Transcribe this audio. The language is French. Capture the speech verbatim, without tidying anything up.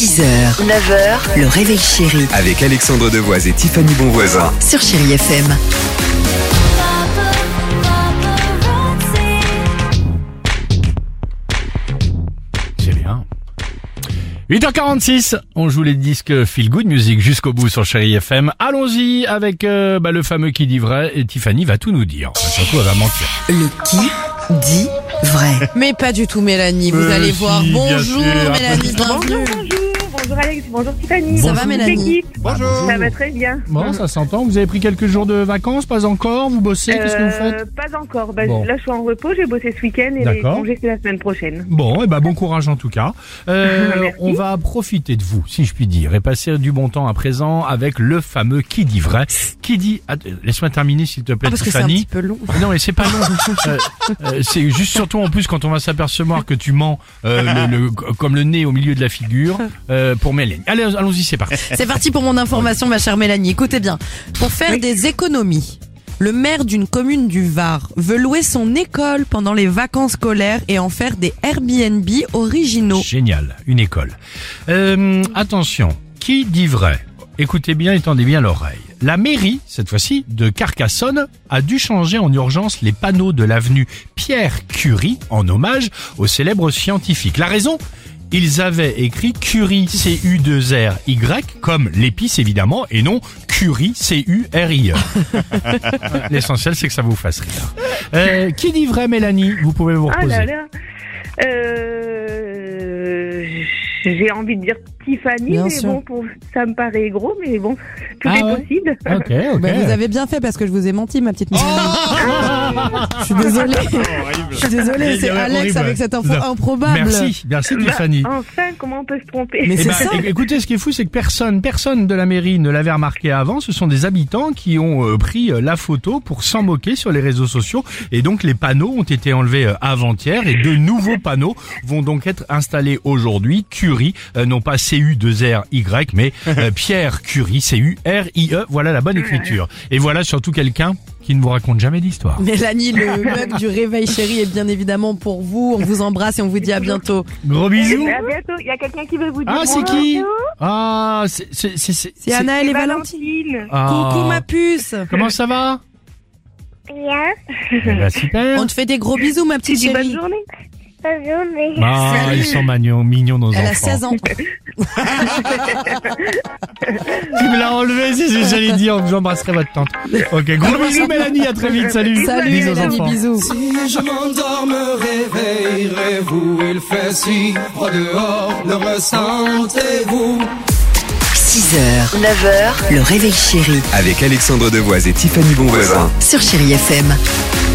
six heures, neuf heures, le réveil chéri Avec Alexandre Devoise et Tiffany Bonvoisin. sur Chéri F M. C'est bien. huit heures quarante-six, on joue les disques Feel Good Music jusqu'au bout sur Chéri F M. Allons-y avec euh, bah, le fameux qui dit vrai et Tiffany va tout nous dire. Enfin, surtout, elle va mentir. Le qui dit vrai. Mais pas du tout, Mélanie, vous Euh, allez si, voir. bien Bonjour sûr. Mélanie, bienvenue. Bonjour, bonjour, bonjour Alex, bonjour Tiffany. Ça Bonjour. va Mélanie? Bonjour. Ça va très bien. Bon, ça s'entend. Vous avez pris quelques jours de vacances, pas encore? Vous bossez? Qu'est-ce que vous faites? Euh, Pas encore. Bah, Bon. Là, je suis en repos. J'ai bossé ce week-end et les D'accord. congés c'est la semaine prochaine. Bon, et ben bon courage en tout cas. Euh, Merci. on va profiter de vous, si je puis dire, et passer du bon temps à présent avec le fameux qui dit vrai. Qui dit... Att- Laisse-moi terminer s'il te plaît, Ah, parce que c'est un Tiffany. petit peu long. Non, mais c'est pas long. Euh, euh, c'est juste surtout en plus quand on va s'apercevoir que tu mens euh, le, le- comme le nez au milieu de la figure euh, pour Mélanie. Allez, allons-y, c'est parti. C'est parti pour mon information, ma chère Mélanie. Écoutez bien. Pour faire des économies, le maire d'une commune du Var veut louer son école pendant les vacances scolaires et en faire des Airbnb originaux. Génial, une école. Euh, attention, qui dit vrai? Écoutez bien et tendez bien l'oreille. La mairie, cette fois-ci, de Carcassonne, a dû changer en urgence les panneaux de l'avenue Pierre Curie en hommage au célèbre scientifique. La raison? Ils avaient écrit Curie, C U deux R Y, comme l'épice évidemment, et non Curie, C U R I E. L'essentiel, c'est que ça vous fasse rire. Euh, qui dit vrai, Mélanie? Vous pouvez vous Ah reposer. là là. Euh, J'ai envie de dire Tiffany, Bien mais sûr. bon, pour... ça me paraît gros, mais bon, tout Ah est ouais. possible. Ok, ok. Bah, vous avez bien fait parce que je vous ai menti, ma petite Mélanie. Je suis désolée. Je suis désolée, c'est Ouais, Alex horrible. avec cette info Non. improbable. Merci, merci Bah, Tiffany. enfin, comment on peut se tromper? Mais Eh c'est ben, ça. é- écoutez, ce qui est fou, c'est que personne, personne de la mairie ne l'avait remarqué avant. Ce sont des habitants qui ont euh, pris euh, la photo pour s'en moquer sur les réseaux sociaux. Et donc, les panneaux ont été enlevés euh, avant-hier et de nouveaux panneaux vont donc être installés aujourd'hui. Curie, euh, non pas C U deux R Y, mais euh, Pierre Curie, C U R I E. Voilà la bonne écriture. Et voilà surtout quelqu'un qui ne vous raconte jamais d'histoire. Mélanie, le mug du réveil chéri est bien évidemment pour vous. On vous embrasse et on vous dit à bientôt. Gros bisous. À bientôt. Il y a quelqu'un qui veut vous dire Ah, c'est bonjour. qui? Ah, c'est, c'est, c'est, c'est, C'est Anaël et Valentine. Valentine. Ah. Coucou ma puce. Comment ça va? Bien, Eh ben, super. On te fait des gros bisous ma Tu petite dis bonne chérie. journée. bonne journée. Ah, Salut. ils sont mignons, mignons nos Elle enfants. a seize ans. Tu me l'as enlevé, c'est ce que j'allais dire. Vous embrasserez votre tante. Ok, gros bisous Mélanie, à très vite, salut. Salut Bisous aux Mélanie, enfants. bisous. Si je m'endors, me réveillerez-vous? Il fait si froid dehors, le ressentez-vous? six heures, neuf heures, le réveil chéri Avec Alexandre Devoise et Tiffany Bonvoisin. sur Chéri F M.